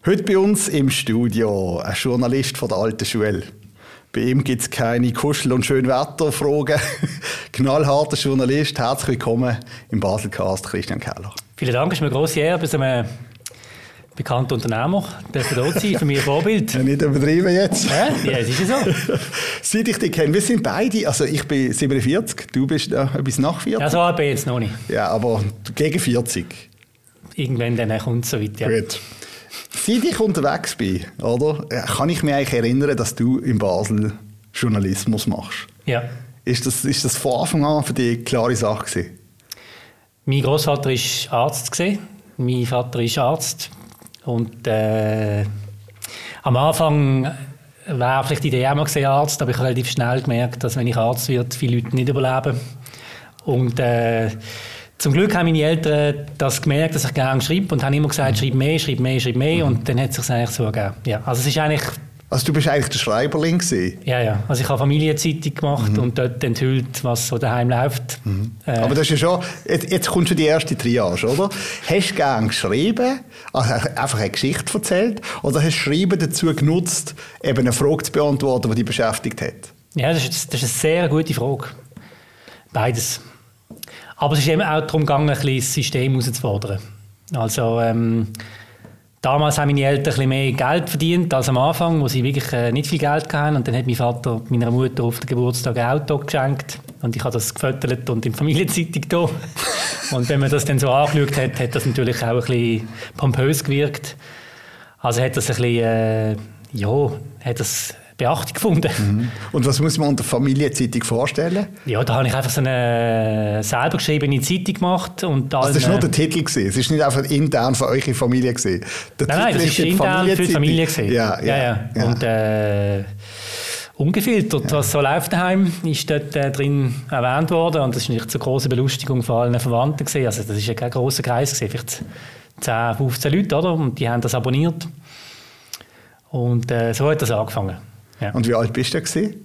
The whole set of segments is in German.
Heute bei uns im Studio ein Journalist von der alten Schule. Bei ihm gibt es keine Kuschel- und Schönwetterfragen. Knallharter Journalist. Herzlich willkommen im Baselcast, Christian Keller. Vielen Dank, es ist mir eine grosse Ehre, bei so einem bekannten Unternehmer dürfen dort sein, für mich ein Vorbild. Ja, nicht übertrieben jetzt. Ja, es ist ja so. Seit ich dich kenne, wir sind beide, also ich bin 47, du bist etwas nach 40. Ja, so alt bin ich jetzt noch nicht. Ja, aber gegen 40. Irgendwann dann kommt es so weit, ja. Gut. Seit ich unterwegs bin, oder, kann ich mich eigentlich erinnern, dass du in Basel Journalismus machst. Ja. Ist das von Anfang an für dich eine klare Sache gewesen? Mein Großvater war Arzt, mein Vater ist Arzt. Und am Anfang wäre vielleicht die Idee auch mal gesehen, Arzt, aber ich habe relativ schnell gemerkt, dass wenn ich Arzt werde, viele Leute nicht überleben. Und zum Glück haben meine Eltern das gemerkt, dass ich gerne schreibe und haben immer gesagt, schreib mehr. Und dann hat es sich eigentlich so ergeben. Ja, also es ist eigentlich... Also du bist eigentlich der Schreiberling gewesen? Ja. Also ich habe Familienzeitung gemacht und dort enthüllt, was so daheim läuft. Aber das ist ja schon... Jetzt kommt schon die erste Triage, oder? Hast du gerne geschrieben, also einfach eine Geschichte erzählt, oder hast du Schreiben dazu genutzt, eben eine Frage zu beantworten, die dich beschäftigt hat? Ja, das ist eine sehr gute Frage. Beides. Aber es ist eben auch darum gegangen, ein bisschen das System herauszufordern. Also damals haben meine Eltern ein bisschen mehr Geld verdient als am Anfang, wo sie wirklich nicht viel Geld hatten. Und dann hat mein Vater meiner Mutter auf den Geburtstag ein Auto geschenkt. Und ich habe das gefüttert und in der Familienzeitung da. Und wenn man das dann so angeschaut hat, hat das natürlich auch ein bisschen pompös gewirkt. Also hat das ein bisschen, hat das Beachtung gefunden. Und was muss man unter Familienzeitung vorstellen? Ja, da habe ich einfach so eine selber geschriebene Zeitung gemacht. Und also das war nur der Titel gewesen. Es ist nicht einfach intern für eure Familie gewesen. Nein, das ist intern für die Familie gewesen. Ja. Und ungefiltert, was so läuft daheim, ist dort drin erwähnt worden. Und das ist nicht so große Belustigung von allen Verwandten gewesen. Also das ist ja kein grosser Kreis gewesen, vielleicht 10, 15 Leute, oder? Und die haben das abonniert. Und so hat das angefangen. Ja. Und wie alt bist du gewesen?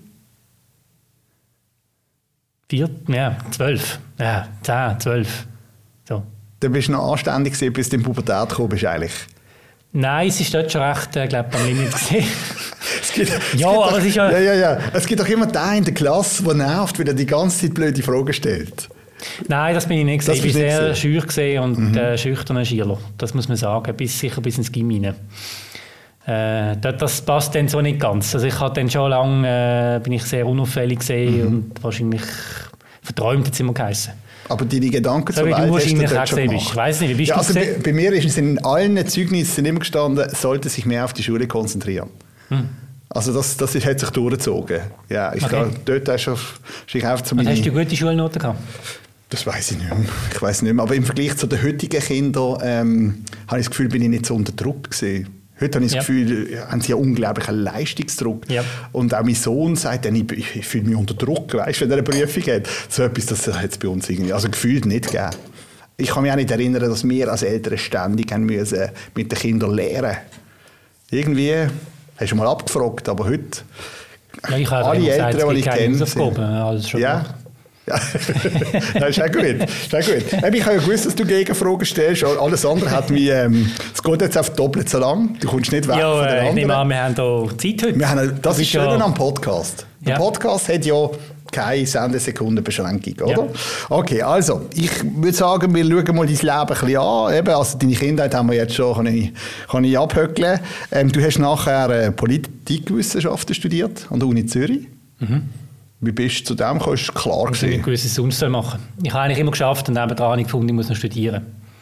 12. Ja, 10, 12. So. Dann bist du noch anständig gewesen, bis du in die Pubertät gekommen bist eigentlich. Nein, es ist dort schon recht, glaube ich, am Limit gewesen. Aber es ist ja... Ja. Es gibt doch immer den in der Klasse, der nervt, weil er die ganze Zeit blöde Fragen stellt. Nein, das bin ich nicht gesehen. Ich war sehr schüch gesehen und schüchterner Schüler. Das muss man sagen, sicher bis ins Gym rein. Das passt dann so nicht ganz. Also ich habe dann schon lange bin ich sehr unauffällig gesehen und wahrscheinlich verträumt jetzt immer geheißen. Aber deine Gedanken so zur Welt hast du dort schon gemacht? Ich weiss nicht, wie bist du also bei mir ist es in allen Zeugnissen immer gestanden, sollte sich mehr auf die Schule konzentrieren. Also das hat sich durchgezogen. Ja, dort hast du einfach zu hast du gute Schulnoten gehabt? Das weiss ich nicht mehr. Ich weiss nicht mehr. Aber im Vergleich zu den heutigen Kindern habe ich das Gefühl, bin ich nicht so unter Druck gewesen. Heute habe ich das Gefühl, haben sie ja unglaublichen Leistungsdruck. Ja. Und auch mein Sohn sagt dann, ich fühle mich unter Druck, weißt, wenn er eine Prüfung hat. So etwas, das hat es bei uns irgendwie, also gefühlt nicht gegeben. Ich kann mich auch nicht erinnern, dass wir als Eltern ständig haben müssen mit den Kindern lernen. Irgendwie, hast du mal abgefragt, aber heute, ich alle Eltern, die ich kenne, sind... Ja. Das ist auch gut. Ich habe ja gewusst, dass du Gegenfragen stellst. Alles andere hat mich... es geht jetzt auf doppelt so lang. Du kommst nicht weg von den anderen. Ich nehme an, wir haben hier Zeit heute. Das ist schön am Podcast. Der Podcast hat ja keine Sendesekundenbeschränkung, oder? Ja. Okay, also, ich würde sagen, wir schauen mal dein Leben ein bisschen an. Eben, also deine Kindheit haben wir jetzt schon, kann ich abhöckeln. Du hast nachher Politikwissenschaften studiert an der Uni Zürich. Wie bist du zu dem gekommen? Ist klar gewesen? Ich musste ein gewisses Sonst machen. Ich habe eigentlich immer geschafft und nebenan gefunden, ich muss noch studieren.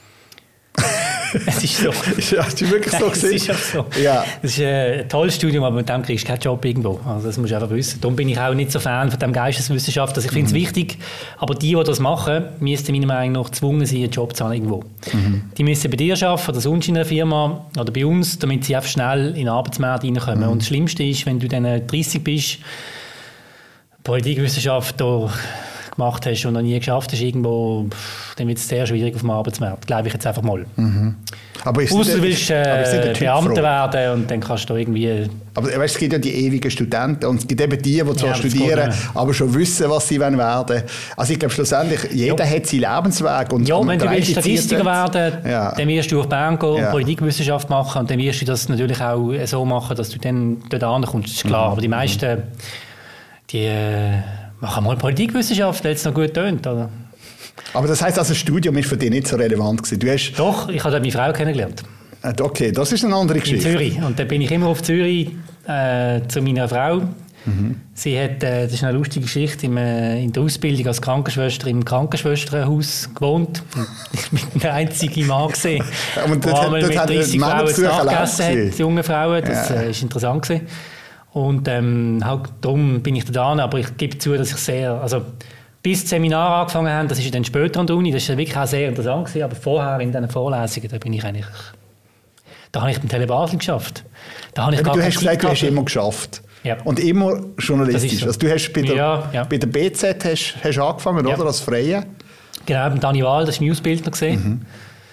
Es ist so. Ja, ist wirklich so gewesen? Es ist auch so. Ja. Es ist ein tolles Studium, aber mit dem kriegst du keinen Job irgendwo. Also das musst du einfach wissen. Darum bin ich auch nicht so Fan von dem Geisteswissenschaft. Also ich finde es wichtig, aber die das machen, müssten meiner Meinung nach gezwungen sein, einen Job zu haben irgendwo. Die müssen bei dir arbeiten oder sonst in einer Firma oder bei uns, damit sie einfach schnell in den Arbeitsmarkt reinkommen. Und das Schlimmste ist, wenn du dann 30 bist, Politikwissenschaft, da gemacht hast und noch nie geschafft hast, irgendwo, dann wird es sehr schwierig auf dem Arbeitsmarkt, glaube ich jetzt einfach mal. Ausser du willst Beamter werden und dann kannst du irgendwie... Aber weißt, es gibt ja die ewigen Studenten und es gibt eben die zwar studieren, aber schon wissen, was sie werden. Also ich glaube schlussendlich, jeder hat seinen Lebensweg. Und wenn du willst Statistiker werden, dann wirst du auf Bern gehen und Politikwissenschaft machen und dann wirst du das natürlich auch so machen, dass du dann dort ankommst, das ist klar. Aber die meisten, die machen mal Politikwissenschaft, weil es noch gut tönt, oder? Aber das heisst, also das Studium ist für dich nicht so relevant gewesen? Doch, ich habe dort meine Frau kennengelernt. Okay, das ist eine andere Geschichte. In Zürich. Und dann bin ich immer auf Zürich zu meiner Frau. Sie hat, das ist eine lustige Geschichte, in der Ausbildung als Krankenschwester im Krankenschwesternhaus gewohnt. Ich bin der einzige Mann gesehen, der mit 30 Frauen zu Tag gegessen hat, junge Frauen. Das war interessant gewesen. Und halt, darum bin ich da. Aber ich gebe zu, dass ich bis das Seminar angefangen haben, das ist dann später an der Uni, das war wirklich auch sehr interessant gewesen, aber vorher in diesen Vorlesungen, da habe ich den Tele Basel geschafft. Du hast gesagt, du hast immer geschafft. Ja. Und immer journalistisch. So. Also du hast bei der BZ hast angefangen, oder? Als Freie? Genau, beim Dani Wahl, das war mein Ausbildner gesehen.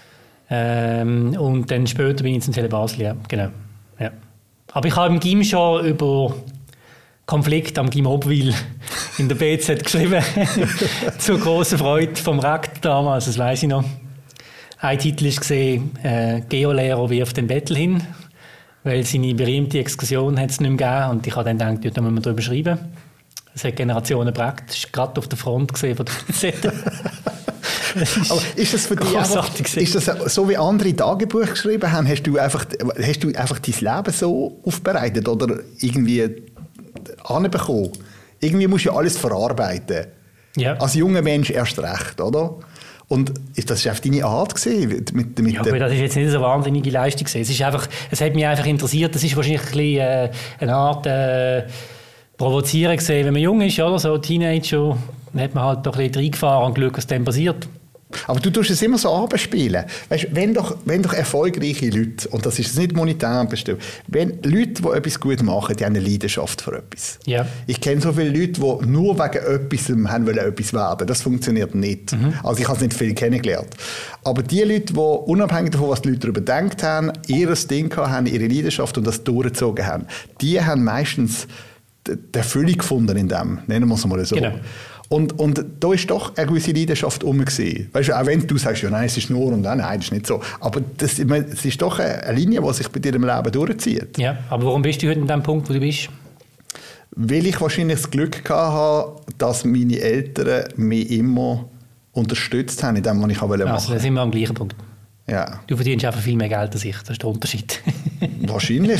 Und dann später bin ich zum Tele Basel, ja. Genau. Ja. Aber ich habe im Gym schon über Konflikt am Gym Obwil in der BZ geschrieben. Zur grossen Freude vom Rektor damals, das weiss ich noch. Ein Titel war «Geolehrer wirft den Bettel hin», weil seine berühmte Exkursion hat es nicht mehr gegeben. Und ich habe dann gedacht, da müssen wir darüber schreiben. Es hat Generationen geprägt. Das war gerade auf der Front von der BZ. Aber ist das für dich ist das so, wie andere Tagebuch geschrieben haben? Hast du einfach dein Leben so aufbereitet oder irgendwie anbekommen? Irgendwie musst du ja alles verarbeiten. Ja. Als junger Mensch erst recht, oder? Und das war einfach deine Art gewesen, aber das ist jetzt nicht so eine wahnsinnige Leistung gewesen. Es hat mich einfach interessiert. Das ist wahrscheinlich ein bisschen, eine Art Provozieren gesehen, wenn man jung ist, oder so Teenager, dann hat man halt doch ein bisschen reingefahren und geschaut, was dann passiert. Aber du tust es immer so abspielen. Weißt, wenn doch erfolgreiche Leute, und das ist nicht monetär bestimmt, wenn Leute, die etwas gut machen, die haben eine Leidenschaft für etwas. Ja. Ich kenne so viele Leute, die nur wegen etwas haben wollen, etwas werden. Das funktioniert nicht. Also ich habe es nicht viel kennengelernt. Aber die Leute, die unabhängig davon, was die Leute darüber gedacht haben, ihr Ding haben, ihre Leidenschaft und das durchgezogen haben, die haben meistens die Erfüllung gefunden in dem. Nennen wir es mal so. Genau. Und da war doch eine gewisse Leidenschaft rum. Weißt du, auch wenn du sagst, ja, nein, es ist nur und dann, nein, das ist nicht so. Aber es ist doch eine Linie, die sich bei dir im Leben durchzieht. Ja, aber warum bist du heute an dem Punkt, wo du bist? Weil ich wahrscheinlich das Glück hatte, dass meine Eltern mich immer unterstützt haben in dem, was ich machen wollte. Also, da sind wir am gleichen Punkt. Ja. Du verdienst einfach viel mehr Geld als ich, das ist der Unterschied. Wahrscheinlich.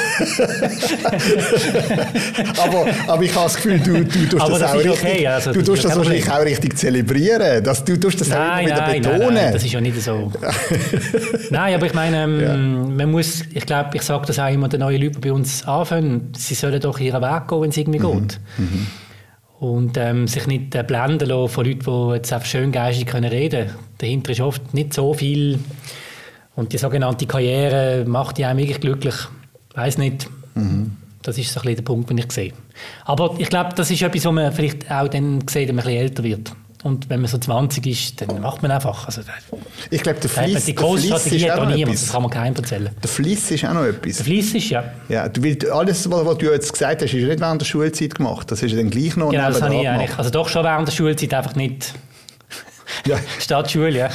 aber ich habe das Gefühl, du tust das auch richtig. Okay. Also, du tust das wahrscheinlich auch richtig zelebrieren. Du tust das auch immer wieder betonen. Nein, das ist ja nicht so. Nein, aber ich meine, man muss, ich glaube, ich sage das auch immer den neuen Leuten, die bei uns anfangen, sie sollen doch ihren Weg gehen, wenn es irgendwie geht. Und sich nicht blenden lassen von Leuten, die jetzt einfach schön geistig reden können. Dahinter ist oft nicht so viel. Und die sogenannte Karriere macht die einem wirklich glücklich. Ich weiss nicht. Das ist so ein bisschen der Punkt, den ich sehe. Aber ich glaube, das ist etwas, was man vielleicht auch dann sieht, wenn man ein bisschen älter wird. Und wenn man so 20 ist, dann macht man einfach. Also, ich glaube, der Fliss die grosse Strategie hat auch niemand, das kann man keinem erzählen. Der Fliss ist auch noch etwas. Der Fliss ist, ja. Ja, alles, was du jetzt gesagt hast, ist ja nicht während der Schulzeit gemacht. Das ist ja dann gleich noch genau, das habe ich eigentlich. Also doch schon während der Schulzeit, einfach nicht Stadtschule, ja.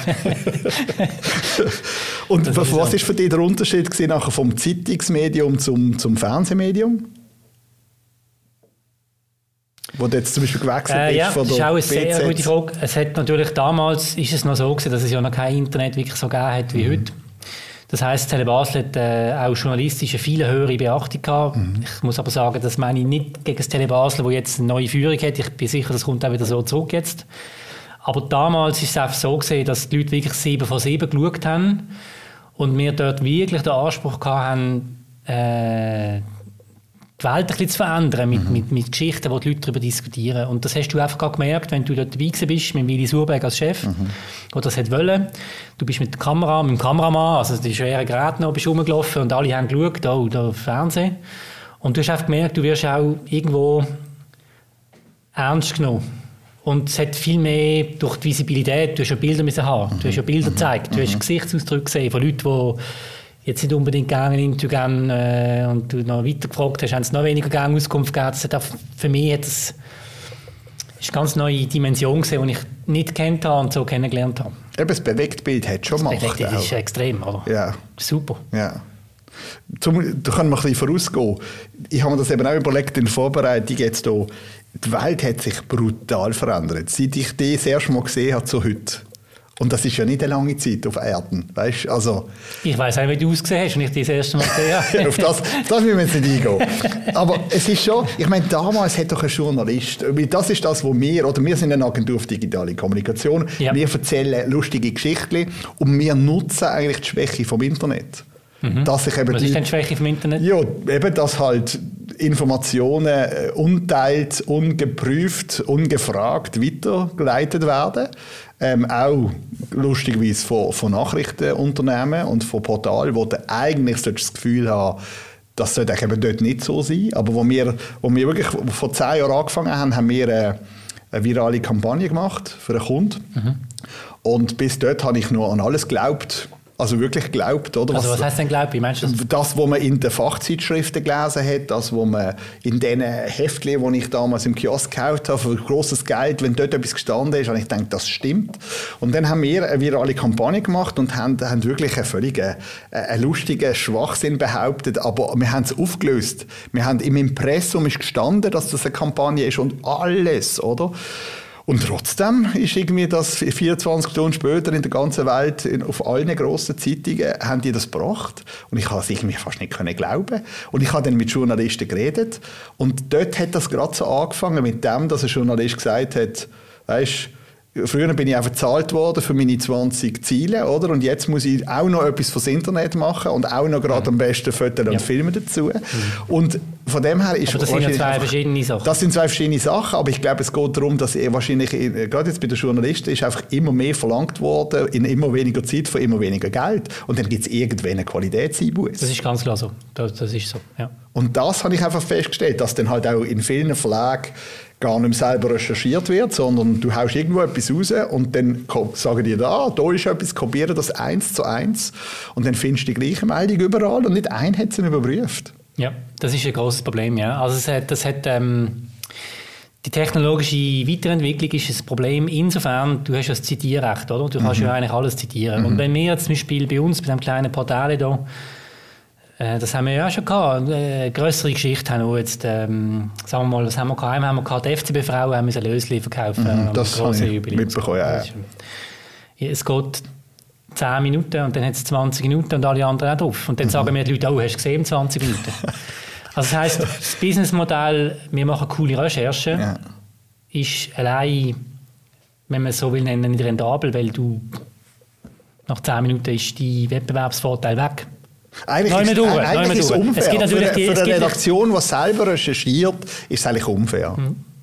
Und was war für dich der Unterschied nachher vom Zeitungsmedium zum Fernsehmedium? Wo du jetzt zum Beispiel gewechselt bist ja, von der das ist auch eine sehr gute Frage. Es hat natürlich damals, ist es noch so gewesen, dass es ja noch kein Internet wirklich so gegeben hat wie heute. Das heisst, Tele Basel hat auch journalistisch eine viel höhere Beachtung gehabt. Ich muss aber sagen, das meine ich nicht gegen das Tele Basel, das jetzt eine neue Führung hat. Ich bin sicher, das kommt auch wieder so zurück jetzt. Aber damals ist es einfach so gewesen, dass die Leute wirklich 7 von 7 geschaut haben und wir dort wirklich den Anspruch hatten, die Welt ein bisschen zu verändern mit Geschichten, wo die Leute darüber diskutieren. Und das hast du einfach gemerkt, wenn du dort dabei bist, mit Willi Surberg als Chef, der das wollte. Du bist mit der Kamera, mit dem Kameramann, also die schweren Geräte noch, bist rumgelaufen und alle haben geschaut, da Fernsehen. Und du hast einfach gemerkt, du wirst auch irgendwo ernst genommen. Und es hat viel mehr durch die Visibilität, du hast ja Bilder müssen haben, du hast ja Bilder gezeigt, du hast Gesichtsausdrücke gesehen von Leuten, die jetzt nicht unbedingt gegangen und du noch weiter gefragt hast, haben sie noch weniger gerne Auskunft gegeben. Das hat auch für mich ist eine ganz neue Dimension gesehen, die ich nicht kennt habe und so kennengelernt habe. Eben, das Bewegtbild hat schon Macht. Das Bewegtbild ist extrem, oder? Ja. Super. Ja. Da können wir ein bisschen vorausgehen. Ich habe mir das eben auch überlegt in der Vorbereitung jetzt hier. Die Welt hat sich brutal verändert, seit ich die das erste Mal gesehen habe zu heute. Und das ist ja nicht eine lange Zeit auf Erden. Weißt? Also, ich weiss auch, wie du ausgesehen hast, wenn ich dich das erste Mal gesehen habe. Auf das müssen wir jetzt nicht eingehen. Aber es ist schon, ich meine, damals hat doch ein Journalist, das ist das, was wir sind eine Agentur für digitale Kommunikation, wir erzählen lustige Geschichten und wir nutzen eigentlich die Schwäche vom Internet. Dass sich eben was ist denn die Schwäche vom Internet? Ja, eben, dass halt Informationen unteilt, ungeprüft, ungefragt weitergeleitet werden. Auch lustigerweise von Nachrichtenunternehmen und von Portalen, wo du eigentlich das Gefühl haben, das sollte eben dort nicht so sein. Aber wo wir wirklich vor 10 Jahren angefangen haben wir eine virale Kampagne gemacht für einen Kunden. Und bis dort habe ich nur an alles geglaubt. Also wirklich geglaubt, oder? Also was heisst denn geglaubt? Wie meinst du das? Das, was man in den Fachzeitschriften gelesen hat, das, was man in den Heftchen, die ich damals im Kiosk gekauft habe, für grosses Geld, wenn dort etwas gestanden ist, habe ich gedacht, das stimmt. Und dann haben wir eine virale Kampagne gemacht und haben wirklich einen völligen lustigen Schwachsinn behauptet, aber wir haben es aufgelöst. Wir haben im Impressum ist gestanden, dass das eine Kampagne ist und alles, oder? Und trotzdem ist irgendwie das 24 Stunden später in der ganzen Welt, auf allen grossen Zeitungen, haben die das gebracht. Und ich konnte es irgendwie fast nicht glauben. Und ich habe dann mit Journalisten geredet. Und dort hat das gerade so angefangen mit dem, dass ein Journalist gesagt hat, weisst, früher bin ich einfach bezahlt worden für meine 20 Ziele, oder? Und jetzt muss ich auch noch etwas fürs Internet machen und auch noch gerade am besten Fotos und Filme dazu. Und von dem her ist... Aber das sind ja zwei verschiedene Sachen. Das sind zwei verschiedene Sachen, aber ich glaube, es geht darum, dass wahrscheinlich, gerade jetzt bei den Journalisten, ist einfach immer mehr verlangt worden, in immer weniger Zeit, für immer weniger Geld. Und dann gibt es irgendwann eine Qualitätseinbuße. Das ist ganz klar so. Das ist so, ja. Und das habe ich einfach festgestellt, dass dann halt auch in vielen Verlagen gar nicht mehr selber recherchiert wird, sondern du haust irgendwo etwas raus und dann sagen die da ist etwas, kopieren das 1:1 und dann findest du die gleiche Meldung überall und nicht ein hat sie überprüft. Ja, das ist ein grosses Problem, ja. Also die technologische Weiterentwicklung ist ein Problem insofern, du hast ja das Zitierrecht, oder? Du kannst ja eigentlich alles zitieren. Und wenn wir jetzt zum Beispiel bei uns, bei diesem kleinen Portal hier, das haben wir ja auch schon gehabt. Eine grössere Geschichte haben wir jetzt, sagen wir mal, was haben wir gehabt? Haben wir gehabt, die FCB-Frauen haben ein Lösli verkaufen. Das habe ich mitbekommen, ja. Es geht 10 Minuten und dann hat es 20 Minuten und alle anderen auch drauf. Und dann sagen mir die Leute, oh, hast du gesehen, 20 Minuten. Also das heisst, das Businessmodell, wir machen coole Recherchen, ist allein, wenn man es so will nennen, nicht rentabel, weil du nach 10 Minuten ist dein Wettbewerbsvorteil weg. Eigentlich ist es unfair. Es gibt natürlich für eine Redaktion, die selber recherchiert, ist es eigentlich unfair.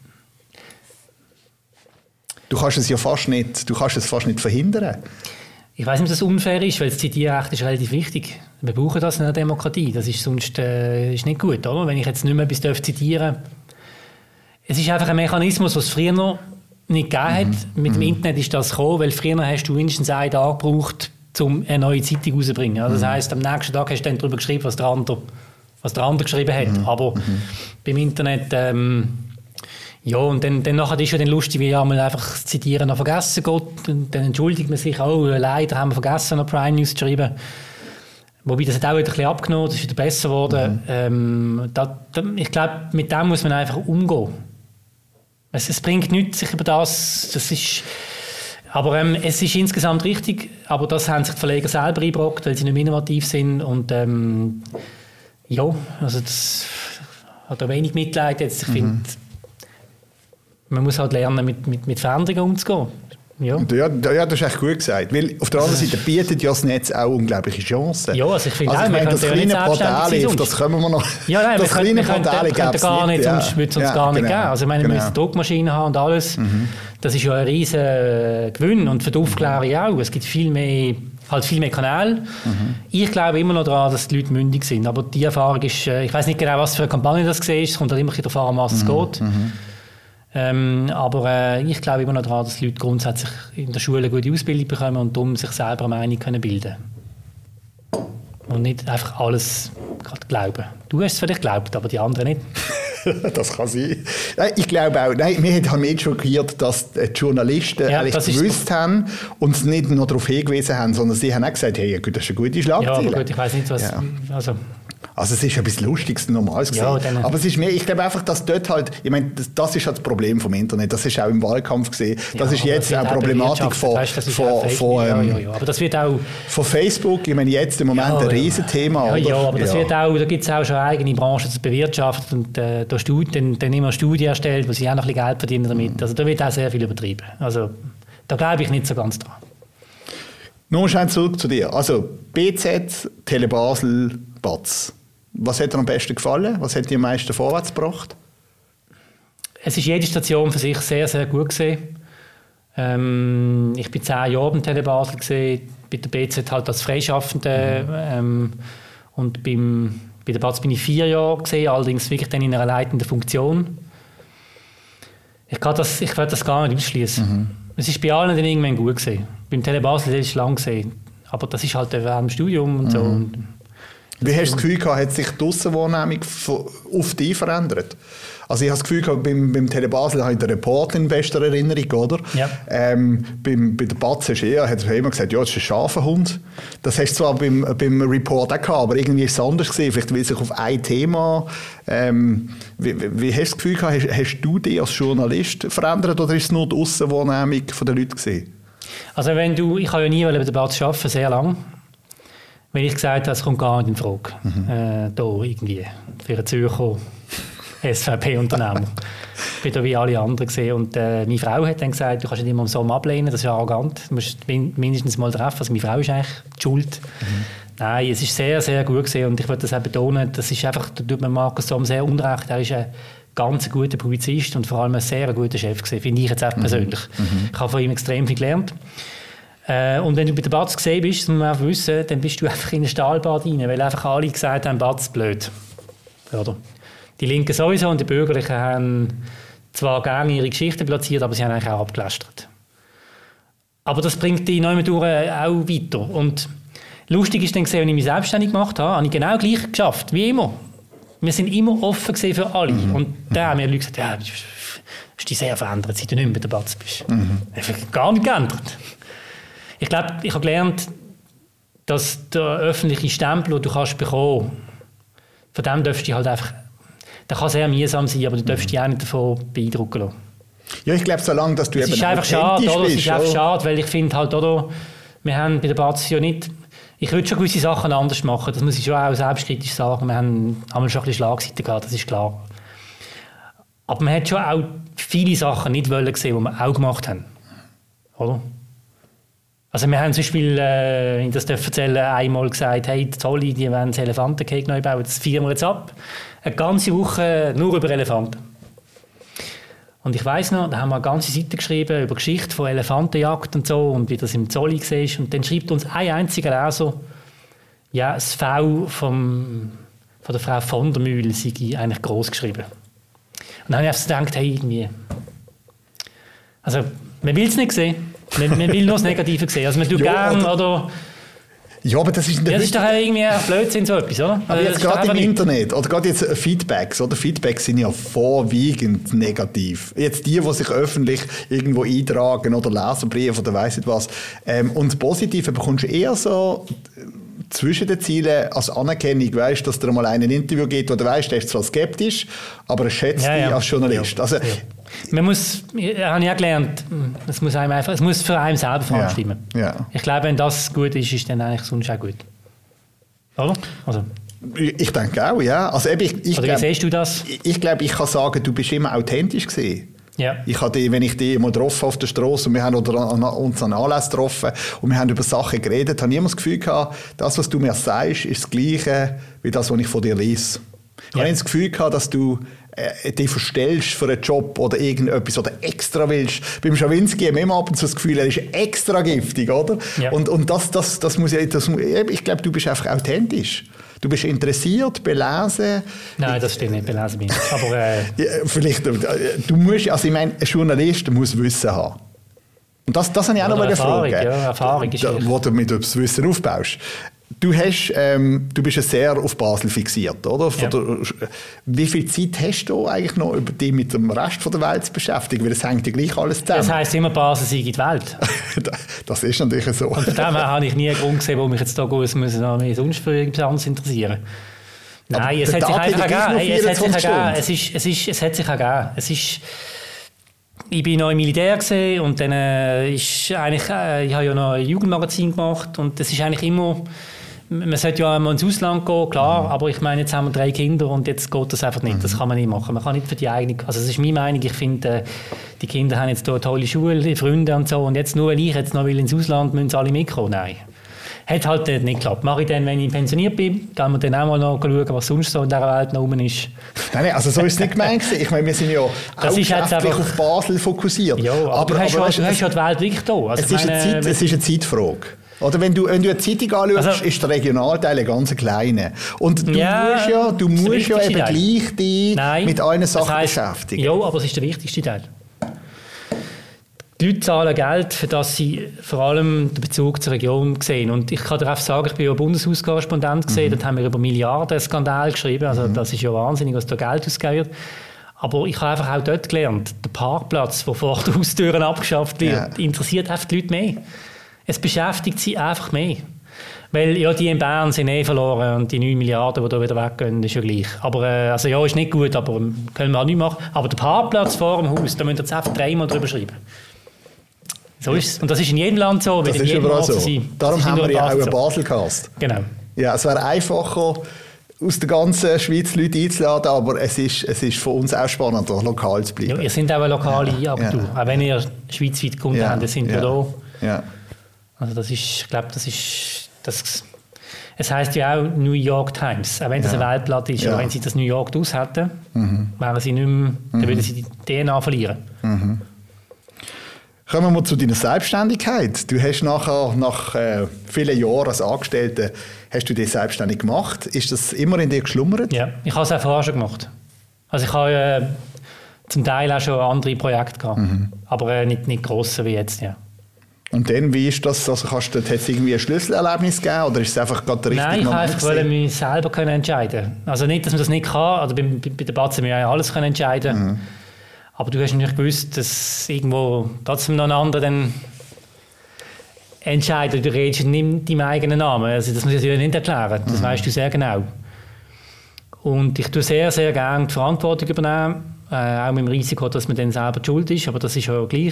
Du kannst es fast nicht verhindern. Ich weiss nicht, ob das unfair ist, weil das Zitierrecht ist relativ wichtig. Wir brauchen das in einer Demokratie. Das ist sonst ist nicht gut, oder? Wenn ich jetzt nicht mehr etwas zitieren darf. Es ist einfach ein Mechanismus, den es früher noch nicht gegeben hat. Mit dem Internet ist das gekommen, weil früher hast du mindestens einen Tag gebraucht, um eine neue Zeitung rauszubringen. Also das heisst, am nächsten Tag hast du dann darüber geschrieben, was der andere geschrieben hat. Aber beim Internet, ja, und dann nachher ist ja dann lustig, wie man einfach das Zitieren noch vergessen geht. Und dann entschuldigt man sich, oh, leider haben wir vergessen, noch Prime News zu schreiben. Wobei, das hat auch wieder ein bisschen abgenommen, das ist wieder besser geworden. Ich glaube, mit dem muss man einfach umgehen. Es bringt nichts, sich über das ist... Aber es ist insgesamt richtig, aber das haben sich die Verleger selber eingebrockt, weil sie nicht mehr innovativ sind. Und ja, also das hat auch wenig Mitleid jetzt. Ich finde, man muss halt lernen, mit Veränderungen umzugehen. Ja, das ist echt gut gesagt. Weil auf der anderen Seite bietet ja das Netz auch unglaubliche Chancen. Ja, also ich finde auch, das kleine Portal, das können wir noch... Ja, nein, wir könnten gar nicht, sonst würde es uns gar nicht geben. Also ich meine, wir müssen Druckmaschinen haben und alles. Das ist ja ein riesen Gewinn und für die Aufklärung auch. Es gibt viel mehr Kanäle. Ich glaube immer noch daran, dass die Leute mündig sind. Aber die Erfahrung ist, ich weiß nicht genau, was für eine Kampagne das war. Es kommt halt immer darauf an, was es geht. Aber ich glaube immer noch daran, dass die Leute grundsätzlich in der Schule eine gute Ausbildung bekommen und um sich selber eine Meinung können bilden. Und nicht einfach alles gerade glauben. Du hast es vielleicht geglaubt, aber die anderen nicht. Das kann sein. Nein, ich glaube auch, wir haben mich schockiert, dass die Journalisten eigentlich gewusst haben und es nicht nur darauf hingewiesen haben, sondern sie haben auch gesagt, hey, das ist eine gute Schlagzeile. Ja, aber gut, ich weiss nicht, was... Ja. Also es ist etwas Lustiges, Normales gesehen. Ja, aber es ist mehr, ich glaube einfach, dass dort halt, ich meine, das ist halt das Problem vom Internet, das ist auch im Wahlkampf gesehen, das ist jetzt auch Problematik von aber das wird auch... Von Facebook, ich meine, jetzt im Moment ein Riesenthema. Aber das wird auch, da gibt es auch schon eigene Branchen, das bewirtschaftet und dann immer Studien erstellt, wo sie auch noch ein bisschen Geld verdienen damit. Also da wird auch sehr viel übertrieben. Also da glaube ich nicht so ganz dran. Nun schnell zurück zu dir. Also BZ, Tele Basel, BATZ. Was hat dir am besten gefallen? Was hat dir am meisten vorwärts gebracht? Es ist jede Station für sich sehr, sehr gut gewesen. Ich bin 10 Jahre beim Tele Basel gewesen, bei der BZ halt als Freischaffende und bei der BATZ bin ich 4 Jahre gewesen, allerdings wirklich dann in einer leitenden Funktion. Ich werde das gar nicht ausschließen. Es ist bei allen dann irgendwann gut gewesen. Beim Tele Basel ist es lang gewesen, aber das ist halt während dem Studium und so. Und wie hast du das Gefühl gehabt, hat sich die Aussenwahrnehmung auf dich verändert? Also ich habe das Gefühl gehabt, beim Tele Basel habe ich den Reporter in bester Erinnerung, oder? Ja. Bei der BATZ hat er immer gesagt, ja, das ist ein scharfer Hund. Das hast du zwar beim Report auch gehabt, aber irgendwie ist es anders gewesen. Vielleicht will sich auf ein Thema. Wie hast du das Gefühl gehabt, hast du dich als Journalist verändert oder ist es nur die Aussenwahrnehmung der Leute gewesen? Also ich habe ja nie bei der BATZ arbeiten, sehr lang. Wenn ich gesagt habe, es kommt gar nicht in Frage, da irgendwie, für einen Zürcher SVP-Unternehmer. Ich bin da wie alle anderen gesehen und meine Frau hat dann gesagt, du kannst nicht immer am Sommer ablehnen, das ist ja arrogant, du musst mindestens mal treffen, also meine Frau ist eigentlich die Schuld. Nein, es ist sehr, sehr gut gesehen und ich würde das auch betonen, das ist einfach, da tut mir Markus Somm sehr unrecht, er ist ein ganz guter Publizist und vor allem ein sehr guter Chef gewesen, finde ich jetzt auch persönlich. Ich habe von ihm extrem viel gelernt. Und wenn du bei der BATZ gesehen bist, das muss man auch wissen, dann bist du einfach in ein Stahlbad rein, weil einfach alle gesagt haben, BATZ blöd. Oder? Die Linken sowieso und die Bürgerlichen haben zwar gerne ihre Geschichten platziert, aber sie haben eigentlich auch abgelästert. Aber das bringt die Neumatur auch weiter. Und lustig ist dann gesehen, wenn ich mich selbstständig gemacht habe ich genau gleich geschafft, wie immer. Wir sind immer offen für alle. Und da haben mir Leute gesagt, ja, du hast dich sehr verändert, seit du nicht mehr bei der BATZ bist. Ich habe gar nicht geändert. Ich glaube, ich habe gelernt, dass der öffentliche Stempel, den du kannst bekommen, von dem darfst du halt einfach, der kann sehr mühsam sein, aber du darfst dich auch nicht davon beeindrucken lassen. Ja, ich glaube, solange dass du eben authentisch bist. Es ist einfach schade, weil ich finde halt, oder, wir haben bei der BATZ ja nicht, ich würde schon gewisse Sachen anders machen, das muss ich schon auch selbstkritisch sagen, wir haben schon ein bisschen Schlagseite gehabt, das ist klar. Aber man hat schon auch viele Sachen nicht wollen gesehen, die wir auch gemacht haben. Oder? Also wir haben zum Beispiel, ich das erzählen, einmal gesagt, hey, die Zolli, die wollen das Elefantencake neu bauen, das feiern wir jetzt ab. Eine ganze Woche nur über Elefanten. Und ich weiss noch, da haben wir eine ganze Seite geschrieben über Geschichte von Elefantenjagd und so und wie das im Zolli war. Und dann schreibt uns ein einziger Leser, ja, das V von der Frau von der Mühle sei eigentlich gross geschrieben. Und dann habe ich einfach gedacht, hey, irgendwie, also man will es nicht sehen. Man will nur das Negative sehen. Also man tut gerne, oder... Ja, aber das ist... Das ist doch irgendwie ein Blödsinn, so etwas, oder? Aber jetzt gerade im Internet, oder gerade jetzt Feedbacks, oder? Feedbacks sind ja vorwiegend negativ. Jetzt die sich öffentlich irgendwo eintragen, oder Leserbriefe, oder weiss nicht was. Und das Positive bekommst du eher so zwischen den Zielen als Anerkennung, weißt, dass dir mal ein Interview gibt, wo du weißt, der ist zwar skeptisch, aber er schätzt dich als Journalist. Ja. Also, man muss, habe ich auch gelernt, es muss für einen selber stimmen. Ja. Ich glaube, wenn das gut ist, ist dann eigentlich sonst auch gut. Oder? Also. Ich denke auch, ja. Also eben, wie siehst du das? Ich glaube, ich kann sagen, du bist immer authentisch gewesen. Ja. Wenn ich dich mal getroffen auf der Straße und wir haben uns an Anlässen getroffen und wir haben über Sachen geredet, habe ich immer das Gefühl gehabt, das, was du mir sagst, ist das Gleiche wie das, was ich von dir lese. Ich habe das Gefühl gehabt, dass du dich verstellst für einen Job oder irgendetwas oder extra willst. Beim Schawinski haben wir immer ab und zu das Gefühl, er ist extra giftig, oder? Ja. Und das muss ich glaube, du bist einfach authentisch. Du bist interessiert, belesen. Nein, das stimmt nicht, belesen bin ich. Aber, ja, vielleicht, du musst, also ich meine, ein Journalist muss Wissen haben. Und das habe ich auch noch mal gefragt. Ja, Erfahrung ist wo du mit das Wissen aufbaust. Du bist ja sehr auf Basel fixiert, oder? Ja. Wie viel Zeit hast du eigentlich noch, über dich mit dem Rest der Welt zu beschäftigen? Weil das hängt ja gleich alles zusammen. Das heisst immer, Basel sei die Welt. Das ist natürlich so. Und von dem her habe ich nie einen Grund gesehen, warum mich jetzt da sonst für irgendwas anderes interessieren. Nein, es hat sich einfach ergeben. Es hat sich ergeben. Ich bin noch im Militär gesehen und dann ist eigentlich, ich habe ja noch ein Jugendmagazin gemacht und das ist eigentlich immer, man sollte ja einmal ins Ausland gehen, klar, aber ich meine, jetzt haben wir 3 Kinder und jetzt geht das einfach nicht, das kann man nicht machen. Man kann nicht für die eigene, also das ist meine Meinung, ich finde, die Kinder haben jetzt hier eine tolle Schule, Freunde und so und jetzt nur, weil ich jetzt noch will ins Ausland, müssen sie alle mitkommen, nein. Hat halt nicht geklappt. Mache ich dann, wenn ich pensioniert bin, gehen wir dann auch mal noch schauen, was sonst so in dieser Welt noch rum ist. Nein, also so ist es nicht gemeint. Ich meine, wir sind ja hauptsächlich auf Basel fokussiert. Ja, aber du hast ja die Welt wirklich da. Also es ist eine Zeitfrage. Oder wenn du eine Zeitung anschaust, also, ist der Regionalteil ein ganz kleiner. Und du musst ja eben gleich dich mit allen Sachen beschäftigen. Ja, aber es ist der wichtigste Teil. Die Leute zahlen Geld, für das sie vor allem den Bezug zur Region sehen. Und ich kann dir einfach sagen, ich bin ja Bundeshauskorrespondent gesehen, dort haben wir über Milliarden-Skandal geschrieben. Also das ist ja wahnsinnig, was da Geld ausgegeben wird. Aber ich habe einfach auch dort gelernt, der Parkplatz, der vor den Haustüren abgeschafft wird, interessiert einfach die Leute mehr. Es beschäftigt sie einfach mehr. Weil ja, die in Bern sind verloren und die 9 Milliarden, die da wieder weggehen, ist ja gleich. Aber also ja, ist nicht gut, aber können wir auch nicht machen. Aber der Parkplatz vor dem Haus, da müsst ihr jetzt einfach 3-mal drüber schreiben. So ist es. Und das ist in jedem Land so. Das ist überall so. Darum haben wir ja auch einen Baselcast. Genau. Ja, es wäre einfacher, aus der ganzen Schweiz Leute einzuladen, aber es ist für uns auch spannend, lokal zu bleiben. Ja, ihr seid auch eine lokale Agentur. Auch wenn ihr schweizweit Kunden habt, dann sind wir da. Ja. Also das ist, ich glaube, es heisst ja auch New York Times. Auch wenn das ein Weltblatt ist, oder wenn sie das New York draus hätten, wären sie nicht mehr, dann würden sie die DNA verlieren. Kommen wir zu deiner Selbstständigkeit. Du hast nachher, nach vielen Jahren als Angestellte, hast du dich selbstständig gemacht. Ist das immer in dir geschlummert? Ja, ich habe es auch vorher schon gemacht. Also ich habe zum Teil auch schon andere Projekte gehabt, aber nicht grosse wie jetzt, ja. Und dann, wie ist das? Also hat es irgendwie ein Schlüsselerlebnis gegeben oder ist es einfach gerade der richtige Moment? Nein, ich wollte mich selber entscheiden. Also nicht, dass man das nicht kann. Also bei der Batze wir ja alles entscheiden. Aber du hast natürlich gewusst, dass irgendwo trotzdem noch ein anderer dann entscheidet. Du redest nicht deinem eigenen Namen. Also das muss ich dir nicht erklären. Das weißt du sehr genau. Und ich tue sehr, sehr gerne die Verantwortung übernehmen. Auch mit dem Risiko, dass man dann selber die Schuld ist. Aber das ist ja gleich.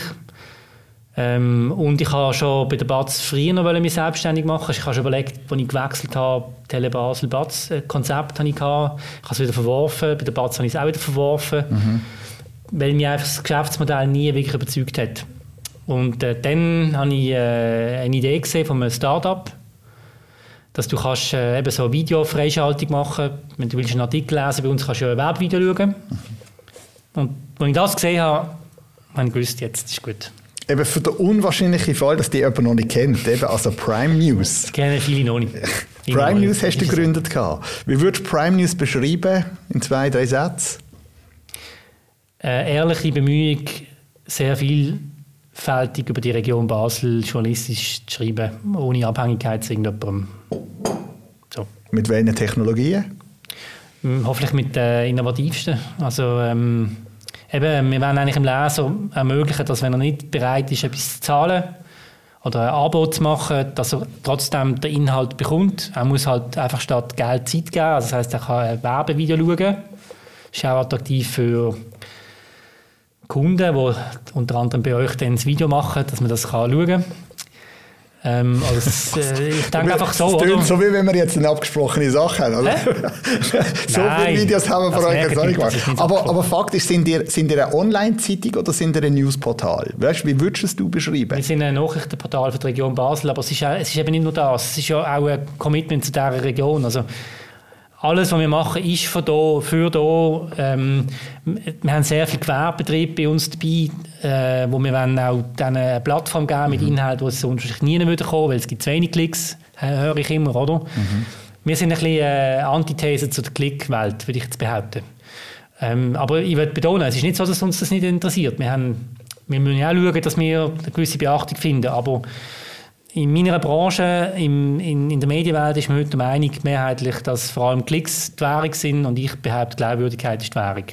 Und ich habe schon bei der Batz früher noch mich selbstständig machen. Ich habe schon überlegt, als ich gewechselt habe, Tele Basel Batz Konzept hatte ich gehabt. Ich habe es wieder verworfen. Bei der Batz habe ich es auch wieder verworfen. Weil mich einfach das Geschäftsmodell nie wirklich überzeugt hat. Und dann habe ich eine Idee gesehen von einem Start-up, dass du kannst eben so Video-Freischaltung machen. Wenn du willst einen Artikel lesen bei uns, kannst du ja ein Webvideo schauen. Und als ich das gesehen habe, habe ich gewusst, jetzt ist gut. Eben für den unwahrscheinlichen Fall, dass die jemand noch nicht kennt, eben also Prime News. Das kennen viele noch nicht. Prime News hast du gegründet. Wie würdest du Prime News beschreiben in 2-3 Sätzen? Ehrliche Bemühung, sehr vielfältig über die Region Basel journalistisch zu schreiben, ohne Abhängigkeit zu irgendjemandem. So. Mit welchen Technologien? Hoffentlich mit den innovativsten. Also, eben, wir wollen eigentlich dem Leser ermöglichen, dass wenn er nicht bereit ist, etwas zu zahlen oder ein Abo zu machen, dass er trotzdem den Inhalt bekommt. Er muss halt einfach statt Geld Zeit geben. Also das heisst, er kann ein Werbevideo schauen. Das ist auch attraktiv für Kunden, die unter anderem bei euch dann das Video machen, dass man das schauen kann. Ich denke einfach so, das klingt so, wie wenn wir jetzt eine abgesprochene Sache haben, oder? So viele Videos haben wir von euch jetzt auch nicht gemacht. Aber faktisch, sind ihr eine Online-Zeitung oder sind ihr ein Newsportal? Weißt, wie würdest du beschreiben? Wir sind ein Nachrichtenportal für die Region Basel, aber es ist eben nicht nur das. Es ist ja auch ein Commitment zu dieser Region. Also, alles, was wir machen, ist von hier, für hier. Wir haben sehr viele Gewerbebetriebe bei uns dabei, wo wir auch eine Plattform geben mit Inhalten, die es sonst nie kommen würden, weil es gibt zu wenig Klicks, höre ich immer, oder? Wir sind ein bisschen Antithese zu der Klick-Welt, würde ich jetzt behaupten. Aber ich will betonen, es ist nicht so, dass uns das nicht interessiert. Wir müssen ja auch schauen, dass wir eine gewisse Beachtung finden. Aber in meiner Branche, in der Medienwelt, ist man heute mehrheitlich mehrheitlich, dass vor allem Klicks die Währung sind und ich behaupte, Glaubwürdigkeit ist die Währung.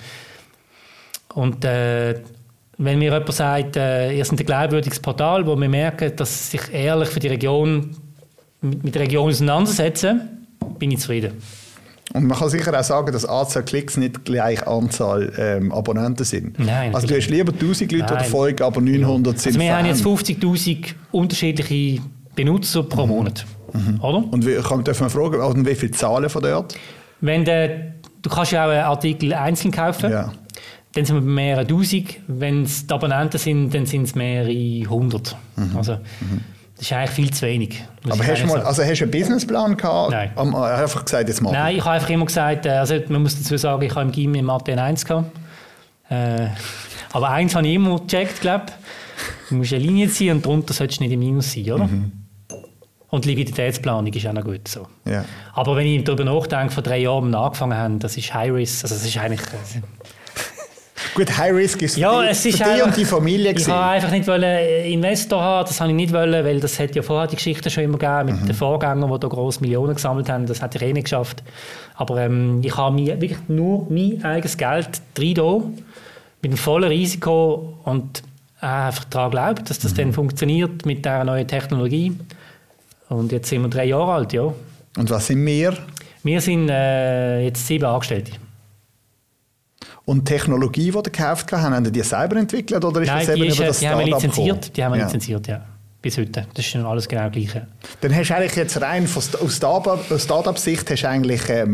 Und wenn mir jemand sagt, ihr seid ein glaubwürdiges Portal, wo wir merken, dass sich ehrlich für die Region mit der Region auseinandersetzen, bin ich zufrieden. Und man kann sicher auch sagen, dass Anzahl Klicks nicht gleich Anzahl Abonnenten sind. Nein, also du hast lieber 1000 Leute, die folgen, aber 900 sind wir haben jetzt 50'000 unterschiedliche Benutzer pro Monat. Oder? Und dürfen wir fragen, wie viele Zahlen von dort? Du kannst ja auch einen Artikel einzeln kaufen. Ja. Dann sind wir bei mehreren Tausend. Wenn es die Abonnenten sind, dann sind es mehrere hundert. Also, das ist eigentlich viel zu wenig. Aber hast du einen Businessplan gehabt? Nein. Einfach gesagt, jetzt mal. Nein, ich habe einfach immer gesagt, also man muss dazu sagen, ich habe im Gym in Mathe 1 gehabt. Aber eins habe ich immer gecheckt, glaube ich. Du musst eine Linie ziehen und darunter solltest du nicht im Minus sein, oder? Und Liquiditätsplanung ist auch noch gut so. Ja. Aber wenn ich darüber nachdenke, vor 3 Jahren, als wir angefangen haben, das ist High Risk, also das ist eigentlich... Gut, High Risk ist für dich und die Familie gewesen. Ich wollte einfach nicht Investor haben, das habe ich nicht wollen, weil das hat ja vorher die Geschichte schon immer gegeben mit den Vorgängern, die da grosse Millionen gesammelt haben, das hätte ich nicht geschafft. Aber ich habe wirklich nur mein eigenes Geld rein mit einem vollen Risiko und einfach daran geglaubt, dass das dann funktioniert mit dieser neuen Technologie. Und jetzt sind wir 3 Jahre alt, ja. Und was sind wir? Wir sind jetzt 7 Angestellte. Und die Technologie, die ihr gekauft habt, haben die selber entwickelt? Oder ist Nein, das eben über das Startup lizenziert. Die haben wir lizenziert, ja. Bis heute. Das ist alles genau das Gleiche. Dann hast du eigentlich jetzt rein aus Startup-Sicht haben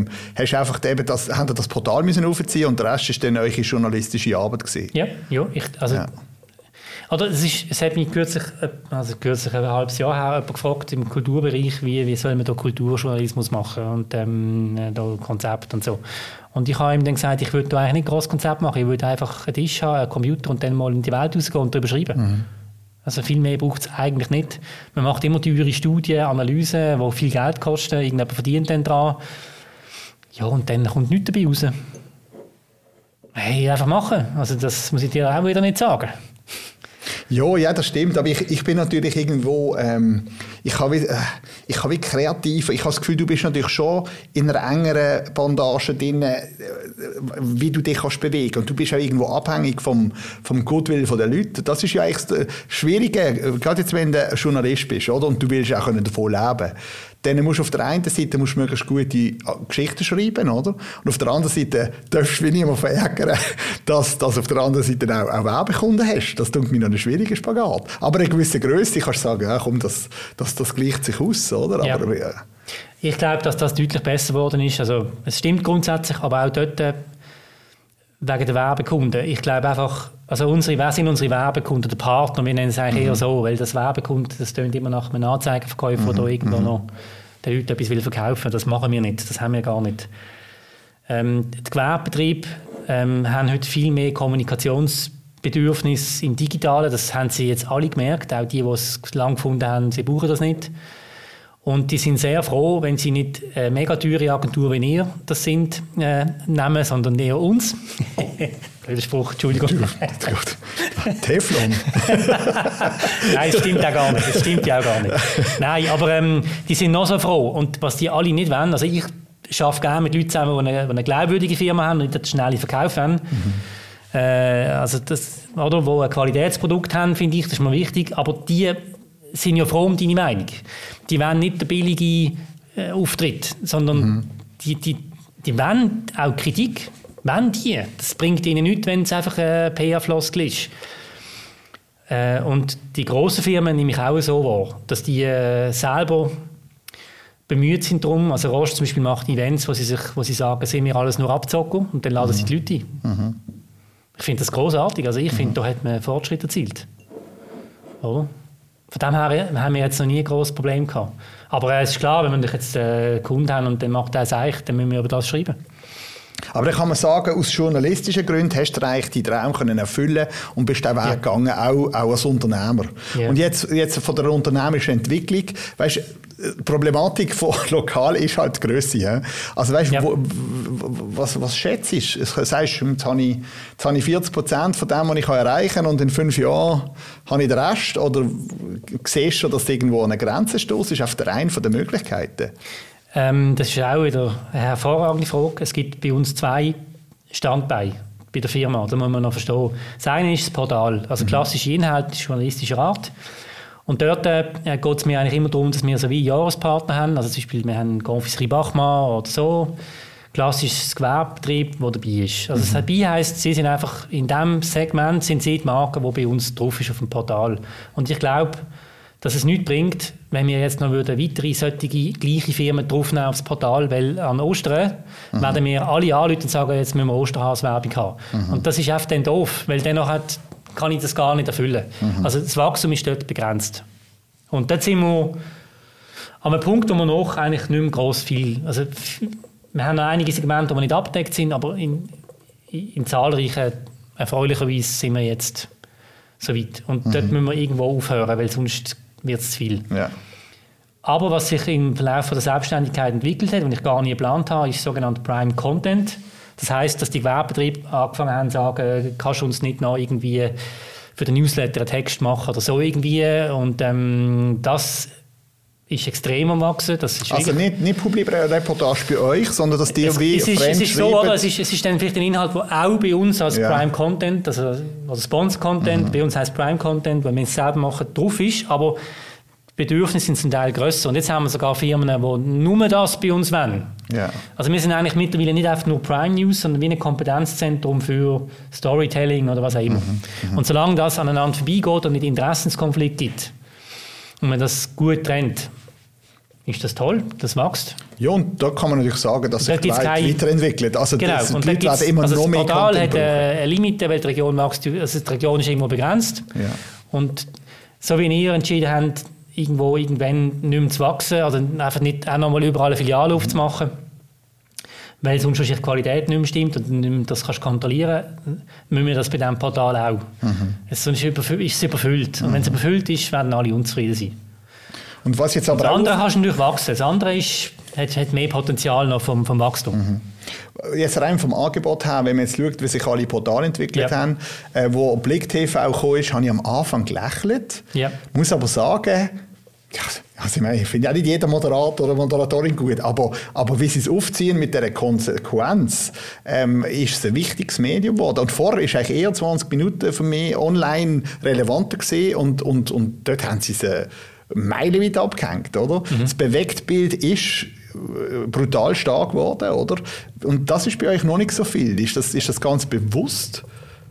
das Portal müssen aufziehen und der Rest ist dann eure journalistische Arbeit gewesen. Ja. Oder es hat mich kürzlich ein halbes Jahr her jemand gefragt im Kulturbereich, wie soll man da Kulturjournalismus machen und da Konzept und so. Und ich habe ihm dann gesagt, ich würde da eigentlich nicht ein grosses Konzept machen, ich würde einfach einen Tisch haben, einen Computer und dann mal in die Welt rausgehen und darüber schreiben. Also viel mehr braucht es eigentlich nicht. Man macht immer teure Studien, Analysen, die viel Geld kosten, irgendjemand verdient dann dran. Ja, und dann kommt nichts dabei raus. Hey, einfach machen. Also das muss ich dir auch wieder nicht sagen. Ja, das stimmt. Aber ich bin natürlich irgendwo, ich habe kreativ. Ich habe das Gefühl, du bist natürlich schon in einer engeren Bandage drin, wie du dich kannst bewegen. Und du bist auch irgendwo abhängig vom Goodwill der Leute. Das ist ja eigentlich das Schwierige, gerade jetzt, wenn du Journalist bist, oder? Und du willst auch davon leben. Dann musst du auf der einen Seite möglichst gute Geschichten schreiben, oder? Und auf der anderen Seite darfst du wie niemand verärgern, dass du auf der anderen Seite auch Werbekunden hast. Das tut mir noch ein schwieriger Spagat. Aber eine gewisse Größe kannst du sagen, ja, komm, das gleicht sich aus, oder? Ja. Aber, ich glaube, dass das deutlich besser geworden ist. Also, es stimmt grundsätzlich, aber auch dort wegen der Werbekunden. Ich glaube einfach, also wer sind unsere Werbekunden, der Partner, wir nennen es eigentlich eher so, weil das Werbekunden, das tönt immer nach einem Anzeigenverkäufer, der irgendwo noch den Leuten etwas will verkaufen. Das machen wir nicht, das haben wir gar nicht. Die Gewerbebetriebe haben heute viel mehr Kommunikationsbedürfnis im Digitalen, das haben sie jetzt alle gemerkt, auch die es lange gefunden haben, sie brauchen das nicht. Und die sind sehr froh, wenn sie nicht eine mega teure Agentur wie ihr das sind, nehmen, sondern eher uns. Blöder Spruch, Entschuldigung. Teflon. Nein, das stimmt auch gar nicht. Das stimmt ja auch gar nicht. Nein, aber die sind noch so froh. Und was die alle nicht wollen, also ich arbeite gerne mit Leuten zusammen, die eine glaubwürdige Firma haben und nicht einen schnellen Verkauf haben. Also das, oder, wo ein Qualitätsprodukt haben, finde ich, das ist mir wichtig. Aber die sind ja froh um deine Meinung. Die wollen nicht den billigen Auftritt, sondern die wollen auch Kritik. Wollen die. Das bringt ihnen nichts, wenn es einfach ein PR-Floskel ist. Und die grossen Firmen nehme ich auch so wahr, dass die selber bemüht sind darum. Also Roche zum Beispiel macht Events, wo sie sagen, sind wir alles nur Abzocker und dann laden sie die Leute ein. Ich finde das großartig. Also ich finde, da hat man Fortschritt erzielt. Oder? Von dem her haben wir jetzt noch nie ein grosses Problem gehabt. Aber es ist klar, wenn wir jetzt einen Kunden haben und dann macht der es eigentlich, dann müssen wir über das schreiben. Aber dann kann man sagen, aus journalistischen Gründen hast du eigentlich die Traum können erfüllen und bist den Weg gegangen, auch als Unternehmer. Ja. Und jetzt von der unternehmerischen Entwicklung, weißt, die Problematik von lokal ist halt die Grösse. Ja? Also weißt, ja. Was schätzt du? Sagst du, jetzt habe ich 40% von dem, was ich erreichen kann und in 5 Jahren habe ich den Rest? Oder siehst du, dass irgendwo eine Grenze stoßt? Das ist auf der einen der Möglichkeiten. Das ist auch wieder eine hervorragende Frage. Es gibt bei uns 2 Standbeine bei der Firma, da muss man noch verstehen. Das eine ist das Portal, also klassische Inhalte journalistischer Art. Und dort geht es mir eigentlich immer darum, dass wir so wie Jahrespartner haben. Also zum Beispiel, wir haben Confiserie Bachmann oder so. Klassisches Gewerbebetrieb, der dabei ist. Also das dabei heisst, sie sind einfach in diesem Segment sind sie die Marke, die bei uns drauf ist auf dem Portal. Und ich glaube, dass es nichts bringt, wenn wir jetzt noch weitere solche gleiche Firmen draufnehmen aufs Portal, weil an Ostern werden wir alle anrufen und sagen, jetzt müssen wir Osterhase-Werbung haben. Und das ist einfach dann doof, weil dann kann ich das gar nicht erfüllen. Also das Wachstum ist dort begrenzt. Und dort sind wir an einem Punkt, wo wir noch eigentlich nicht mehr gross viel... Also wir haben noch einige Segmente, die nicht abgedeckt sind, aber in zahlreichen, erfreulicherweise sind wir jetzt so weit. Und dort müssen wir irgendwo aufhören, weil sonst wird es zu viel. Ja. Aber was sich im Verlauf der Selbstständigkeit entwickelt hat, und ich gar nie geplant habe, ist sogenannte Prime Content. Das heisst, dass die Gewerbebetriebe angefangen haben zu sagen, kannst du uns nicht noch irgendwie für den Newsletter einen Text machen oder so irgendwie. Und das ist extrem am Wachsen. Das ist also nicht Publi-Reportage bei euch, sondern dass die es ist so, oder? Es ist dann vielleicht ein Inhalt, der auch bei uns als Prime Content, also Sponsor Content, bei uns heisst Prime Content, weil wir es selber machen, drauf ist, aber die Bedürfnisse sind zum Teil grösser. Und jetzt haben wir sogar Firmen, die nur das bei uns wollen. Ja. Also wir sind eigentlich mittlerweile nicht einfach nur Prime News, sondern wie ein Kompetenzzentrum für Storytelling oder was auch immer. Und solange das aneinander vorbeigeht und nicht Interessenskonflikt gibt und man das gut trennt, ist das toll, das wächst. Ja, und da kann man natürlich sagen, dass sich die Leute weiterentwickelt. Also genau, das, und die Leute werden immer noch mehr Content. Das Portal hat eine Limite, weil die Region wächst, also die Region ist irgendwo begrenzt. Ja. Und so wie ihr entschieden habt, irgendwann nicht mehr zu wachsen, also einfach nicht auch nochmal überall eine Filiale aufzumachen, weil sonst die Qualität nicht mehr stimmt und nicht mehr das kannst kontrollieren, müssen wir das bei diesem Portal auch. Sonst ist es überfüllt. Und wenn es überfüllt ist, werden alle unzufrieden sein. Und was jetzt aber das andere kannst du natürlich wachsen. Das andere hat mehr Potenzial noch vom Wachstum. Jetzt rein vom Angebot her, wenn man jetzt schaut, wie sich alle Portale entwickelt haben, wo Blick TV gekommen ist, habe ich am Anfang gelächelt. Ja. Muss aber sagen, also ich finde ja nicht jeder Moderator oder Moderatorin gut, aber wie sie es aufziehen mit dieser Konsequenz, ist es ein wichtiges Medium geworden. Und vorher ist eigentlich eher 20 Minuten für mich online relevanter gewesen und dort haben sie es meilenweit abgehängt, oder? Das Bewegtbild ist brutal stark geworden, oder? Und das ist bei euch noch nicht so viel. Ist das ganz bewusst?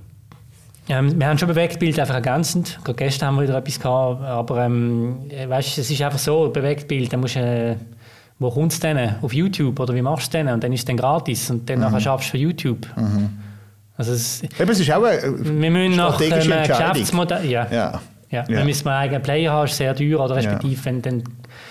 Ja, wir haben schon Bewegtbild einfach ergänzend. Gerade gestern haben wir wieder etwas gehabt, aber weißt, es ist einfach so, Bewegtbild, dann musst du, wo kommt es denn? Auf YouTube oder wie machst du es denn? Und dann ist es dann gratis und dann nachher schaffst du für YouTube. Also es ist auch eine strategische Entscheidung. Wir müssen einen eigenen Player haben, ist sehr teuer, oder respektive, wenn dann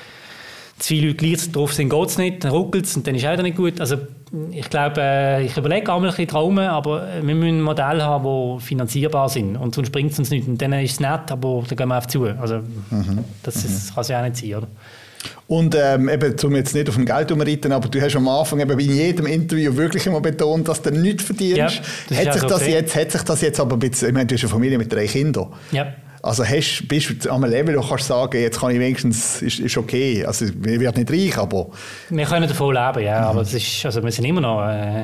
zu viele Leute gleich drauf sind, geht es nicht, dann ruckelt es und dann ist es auch nicht gut. Also ich glaube, ich überlege auch mal ein bisschen Traum, aber wir müssen ein Modell haben, die finanzierbar sind und sonst bringt es uns nichts. Und dann ist es nett, aber dann gehen wir auf zu. Also das kann es ja auch nicht sein, oder? Und eben, um jetzt nicht auf dem Geld umreiten, aber du hast am Anfang eben in jedem Interview wirklich immer betont, dass du nichts verdienst. Ja, hat sich das jetzt aber ein bisschen, ich meine, du hast eine Familie mit 3 Kindern. Ja. Also bist du an einem Level, wo du kannst sagen, jetzt kann ich wenigstens, ist okay. Also wir werden nicht reich, aber... Wir können davon leben, ja, aber es ist, also wir sind immer noch,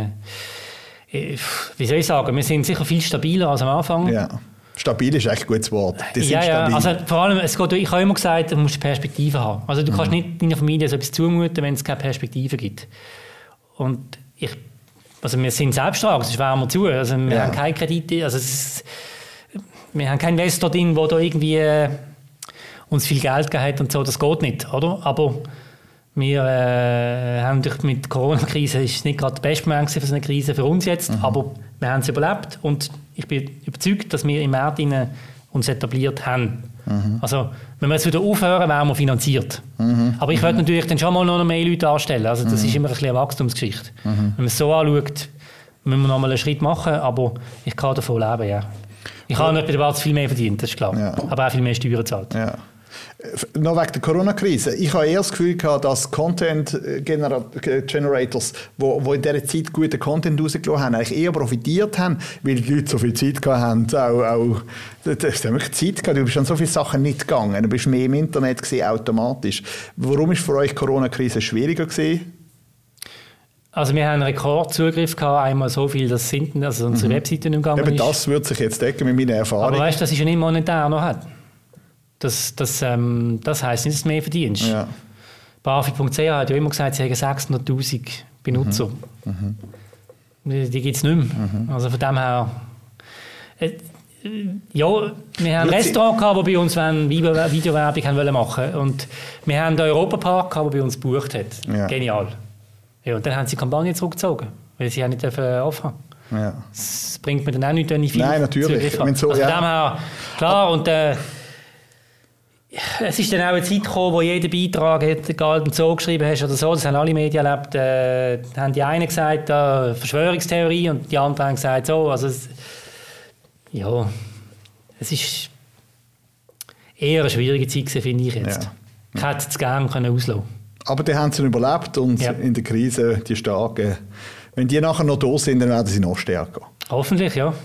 wie soll ich sagen, wir sind sicher viel stabiler als am Anfang. Ja, stabil ist echt ein gutes Wort. Also vor allem, ich habe immer gesagt, du musst Perspektive haben. Also du kannst nicht deiner Familie so etwas zumuten, wenn es keine Perspektive gibt. Und wir sind selbsttragend, das wären wir zu. Also wir haben keine Kredite, also wir haben keinen Investor drin, der da irgendwie uns viel Geld gegeben hat und so, das geht nicht, oder? Aber wir haben mit der Corona-Krise, ist nicht gerade der beste Moment für so eine Krise für uns jetzt, aber wir haben es überlebt und ich bin überzeugt, dass wir im März uns etabliert haben. Also wenn wir jetzt wieder aufhören, wären wir finanziert. Aber ich würde natürlich dann schon mal noch mehr Leute anstellen, also das ist immer ein bisschen eine Wachstumsgeschichte. Wenn man es so anschaut, müssen wir noch mal einen Schritt machen, aber ich kann davon leben, ja. Ich habe nicht bei der Barz viel mehr verdient, das ist klar. Ja. Aber auch viel mehr Steuern gezahlt. Ja. Noch wegen der Corona-Krise. Ich habe eher das Gefühl gehabt, dass Content-Generators, die in dieser Zeit guten Content rausgelassen haben, eigentlich eher profitiert haben, weil die Leute so viel Zeit gehabt haben. Du hast wirklich Zeit gehabt, du bist an so viele Sachen nicht gegangen. Du bist mehr im Internet gewesen, automatisch. Warum war für euch die Corona-Krise schwieriger gewesen? Also wir haben einen Rekordzugriff gehabt, einmal so viel, dass unsere Webseite nicht gegangen ist. Das würde sich jetzt decken mit meiner Erfahrung. Aber weißt du, das ist ja nicht monetär noch hat. Das heisst nicht, dass du mehr verdienst. Ja. BAföG.ch hat ja immer gesagt, sie haben 600'000 Benutzer. Die gibt es nicht mehr. Also von dem her... ja, wir haben ein Restaurant gehabt, das bei uns Videowerbung machen wollten. Und wir haben den Europapark gehabt, der bei uns gebucht hat. Ja. Genial. Ja, und dann haben sie die Kampagne zurückgezogen, weil sie ja nicht anfangen. Ja. Das bringt mir dann auch nicht, wenn ich viel Nein, natürlich. Von dem her, klar, und es ist dann auch eine Zeit gekommen, wo jeder Beitrag egal ob du so geschrieben hast oder so, das haben alle Medien erlebt, haben die einen gesagt, Verschwörungstheorie, und die anderen haben gesagt so. Also es ist eher eine schwierige Zeit gewesen, finde ich jetzt. Ich hätte es gerne auslassen können. Aber die haben es überlebt und in der Krise, die Starken, wenn die nachher noch da sind, dann werden sie noch stärker. Hoffentlich, ja.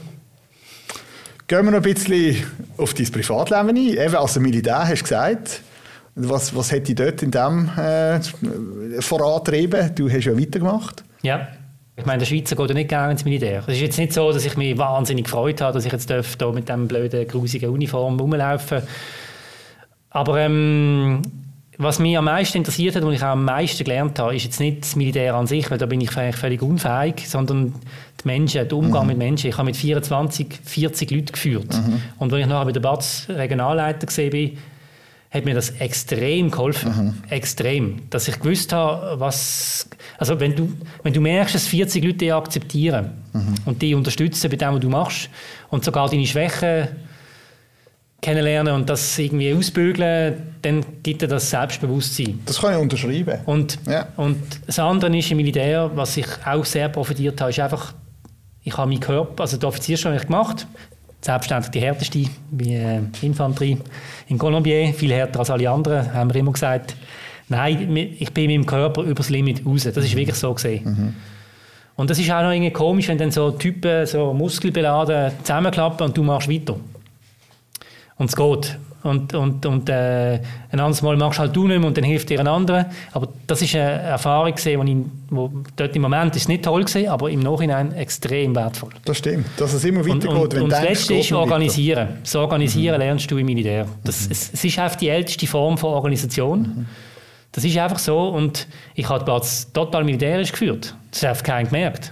Gehen wir noch ein bisschen auf dein Privatleben ein. Eben als Militär hast du gesagt, was hat dich dort in dem vorantrieben? Du hast ja weitergemacht. Ja, ich meine, der Schweizer geht ja nicht gerne ins Militär. Es ist jetzt nicht so, dass ich mich wahnsinnig gefreut habe, dass ich jetzt hier mit dieser blöden, grusigen Uniform rumlaufen darf. Aber was mich am meisten interessiert hat und ich auch am meisten gelernt habe, ist jetzt nicht das Militär an sich, weil da bin ich eigentlich völlig unfähig, sondern die Menschen, der Umgang mit Menschen. Ich habe mit 24, 40 Leuten geführt. Und als ich nachher bei der BATS Regionalleiter war, hat mir das extrem geholfen. Extrem. Dass ich gewusst habe, also wenn du merkst, dass 40 Leute dich akzeptieren und dich unterstützen bei dem, was du machst und sogar deine Schwächen kennenlernen und das irgendwie ausbügeln, dann gibt dir das Selbstbewusstsein. Das kann ich unterschreiben. Und das andere ist im Militär, was ich auch sehr profitiert habe, ist einfach, ich habe meinen Körper, also die Offiziersschule habe ich gemacht, selbstverständlich die härteste, wie Infanterie in Colombier, viel härter als alle anderen, haben wir immer gesagt. Nein, ich bin mit dem Körper übers Limit raus. Das ist wirklich so gesehen. Und das ist auch noch irgendwie komisch, wenn dann so Typen so muskelbeladen zusammenklappen und du machst weiter. Und es geht. Und ein anderes Mal machst halt du nicht mehr und dann hilft dir ein anderer. Aber das ist eine Erfahrung, wo dort im Moment ist es nicht toll gewesen, aber im Nachhinein extrem wertvoll. Das stimmt, dass es immer weitergeht. Und das Letzte ist Organisieren. Das Organisieren lernst du im Militär. Es ist einfach die älteste Form von Organisation. Das ist einfach so. Und ich habe Platz total militärisch geführt. Das hat keiner gemerkt.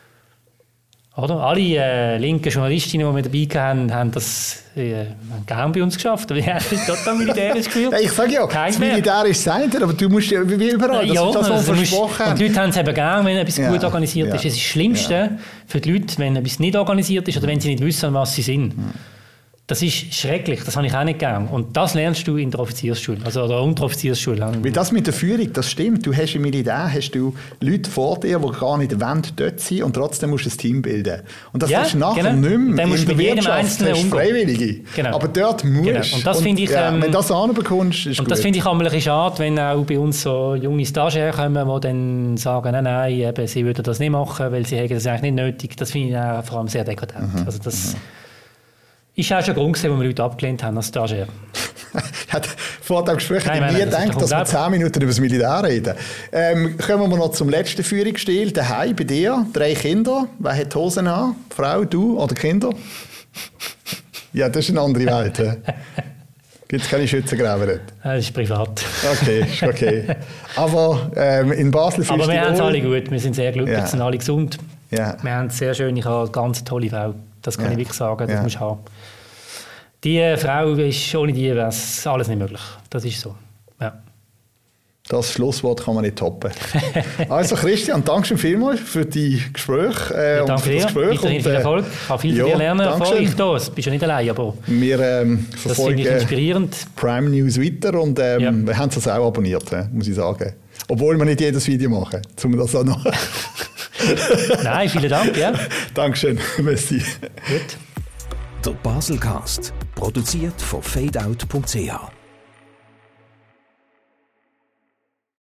Oder? Alle linken Journalistinnen, die wir dabei hatten, haben das gerne bei uns geschafft. Wir haben total militärisch geführt. Ich sage ja, das Militär ist sein, aber du musst ja wie überall, das ist das, was versprochen haben. Und die Leute haben es eben gerne, wenn etwas gut organisiert ist. Es ist das Schlimmste für die Leute, wenn etwas nicht organisiert ist oder wenn sie nicht wissen, was sie sind. Das ist schrecklich, das habe ich auch nicht gern. Und das lernst du in der Offiziersschule, also der Unteroffiziersschule. Weil das mit der Führung, das stimmt. Du hast im Militär Leute vor dir, die gar nicht dort sind und trotzdem musst du ein Team bilden. Und das ist nachher nicht mehr. Dann musst du mit jedem Einzelnen umgehen. Freiwillige. Genau. Aber dort musst du. Genau. Und das finde ich, wenn du das anbekommst, ist und gut. das finde ich ein bisschen schade, wenn auch bei uns so junge Stagiaire kommen, die dann sagen, nein, eben, sie würden das nicht machen, weil sie haben das eigentlich nicht nötig. Das finde ich auch vor allem sehr dekadent. Also das ist auch schon ein Grund gewesen, wo wir Leute abgelehnt haben als Stagiaire. Vor dem Gespräch hätte ich nie gedacht, dass wir 10 Minuten über das Militär reden. Kommen wir noch zum letzten Führungsstil. Daheim bei dir, 3 Kinder. Wer hat die Hosen an? Frau, du oder Kinder? Ja, das ist eine andere Welt. Gibt es keine Schützengräber dort? Das ist privat. Okay. Aber in Basel fühlst du dich wohl? Aber wir haben es alle gut. Wir sind sehr glücklich, sind alle gesund. Ja. Wir haben es sehr schön. Ich habe eine ganz tolle Frau. Das kann ich wirklich sagen. Das musst du haben. Die Frau ist, ohne die wäre es alles nicht möglich. Das ist so. Ja. Das Schlusswort kann man nicht toppen. Also Christian, danke schon vielmals für die Gespräche. Danke dir. Weiterhin viel Erfolg. Ich kann viel von dir lernen. Ich da. Du bist ja nicht allein, aber wir verfolgen inspirierend. Prime News weiter und wir haben es auch abonniert, muss ich sagen. Obwohl wir nicht jedes Video machen, um das auch noch... Nein, vielen Dank. Ja. Dankeschön. Merci. Gut. Der Baselcast, produziert von fadeout.ch.